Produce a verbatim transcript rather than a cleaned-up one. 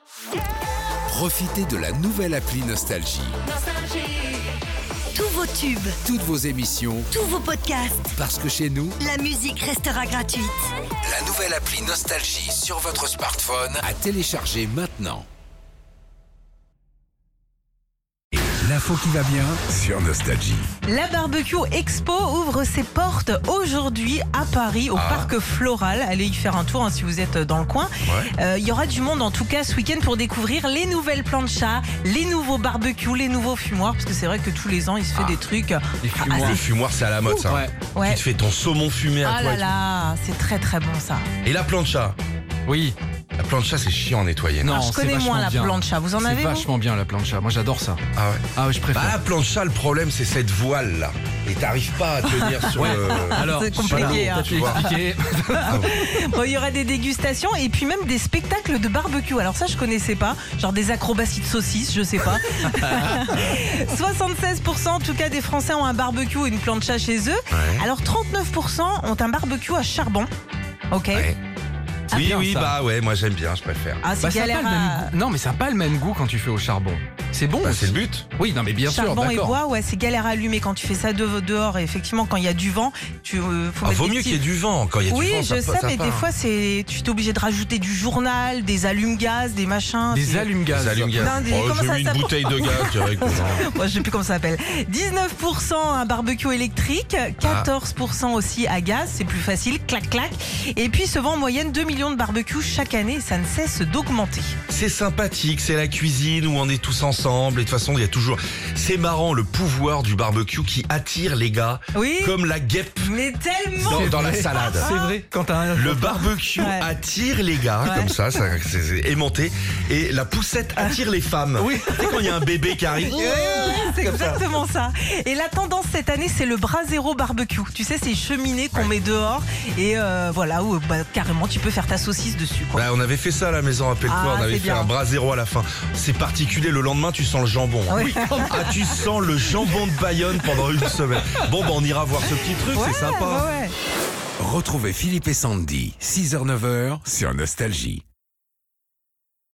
Profitez de la nouvelle appli Nostalgie. Tous vos tubes, Toutes vos émissions, tous vos podcasts, parce que chez nous, la musique restera gratuite. la nouvelle appli Nostalgie sur votre smartphone à télécharger maintenant. L'info qui va bien sur Nostalgie. La Barbecue Expo ouvre ses portes aujourd'hui à Paris, au Ah. Parc Floral. Allez y faire un tour hein, si vous êtes dans le coin. Il Ouais. euh, y aura du monde en tout cas ce week-end pour découvrir les nouvelles planchas, les nouveaux barbecues, les nouveaux fumoirs. Parce que c'est vrai que tous les ans il se fait Ah. des trucs. Les Ah, fumoirs, c'est- les fumoirs, c'est à la mode ça. Ouais. Ouais. Tu te fais ton saumon fumé à Ah toi. là et là, c'est très très bon ça. tout. Et la plancha. Oui. La plancha, c'est chiant à nettoyer. Non, je c'est connais vachement moins la bien. plancha. Vous en avez C'est vous vachement bien la plancha. Moi j'adore ça. Ah ouais. Ah ouais, je préfère. Bah la plancha, le problème c'est cette voile là. Et t'arrives pas à tenir sur Ouais. le. Alors, c'est compliqué, voilà, hein. t'as tout expliqué. Bon, il y aura des dégustations et puis même des spectacles de barbecue. Alors ça, je connaissais pas. Genre des acrobaties de saucisses, je sais pas. soixante-seize pour cent en tout cas des Français ont un barbecue et une plancha chez eux. Ouais. Alors trente-neuf pour cent ont un barbecue à charbon. Ok. Ouais. Ah, oui, bien, oui, ça. bah ouais, moi j'aime bien, je préfère. Ah, c'est Bah, ça a galère pas le même à... goût. Non, mais ça n'a pas le même goût quand tu fais au charbon. C'est bon. Bah, aussi. c'est le but. Oui, non, mais bien sûr, Charbon et d'accord. bois, ouais, c'est galère à allumer quand tu fais ça de- dehors. Et effectivement, quand il y a du vent, tu euh, faut Ah, mettre vaut des mieux petits- qu'il y ait du vent. Quand il y a Oui, du vent, je ça, sais, ça mais part. des fois, c'est tu es obligé de rajouter du journal, des allumes-gaz, des machins. Des c'est- allumes-gaz. Des allumes-gaz. Non, des- Oh, comment j'ai ça mis une s'appelle bouteille de gaz direct. non. Moi, je sais plus comment ça s'appelle. dix-neuf pour cent un barbecue électrique, quatorze pour cent aussi à gaz, c'est plus facile, clac clac. Et puis se vend en moyenne deux millions de barbecues chaque année et ça ne cesse d'augmenter. C'est sympathique, c'est la cuisine où on est tous ensemble. Et de toute façon, il y a toujours. C'est marrant le pouvoir du barbecue qui attire les gars Oui. comme la guêpe Mais tellement. dans, C'est dans la vrai. salade. C'est vrai. Quand t'as un. Le barbecue Ouais. attire les gars, Ouais. comme ça, ça c'est c'est aimanté. Et la poussette attire les femmes. Oui. Tu sais, quand il y a un bébé qui arrive. Oui, oui, c'est exactement ça. Et la tendance cette année, c'est le brasero barbecue. Tu sais, c'est cheminées qu'on met dehors et euh, voilà, où bah, carrément tu peux faire ta saucisse dessus. Quoi. Bah, on avait fait ça à la maison, rappelle-toi, Ah, on avait c'est fait bien. un brasero à la fin. C'est particulier, le lendemain tu sens le jambon. hein. Ouais. Ah, tu sens le jambon de Bayonne pendant une semaine. Bon, bah on ira voir ce petit truc, Ouais, c'est sympa. ouais, ouais. Retrouvez Philippe et Sandy, six heures neuf heures sur Nostalgie.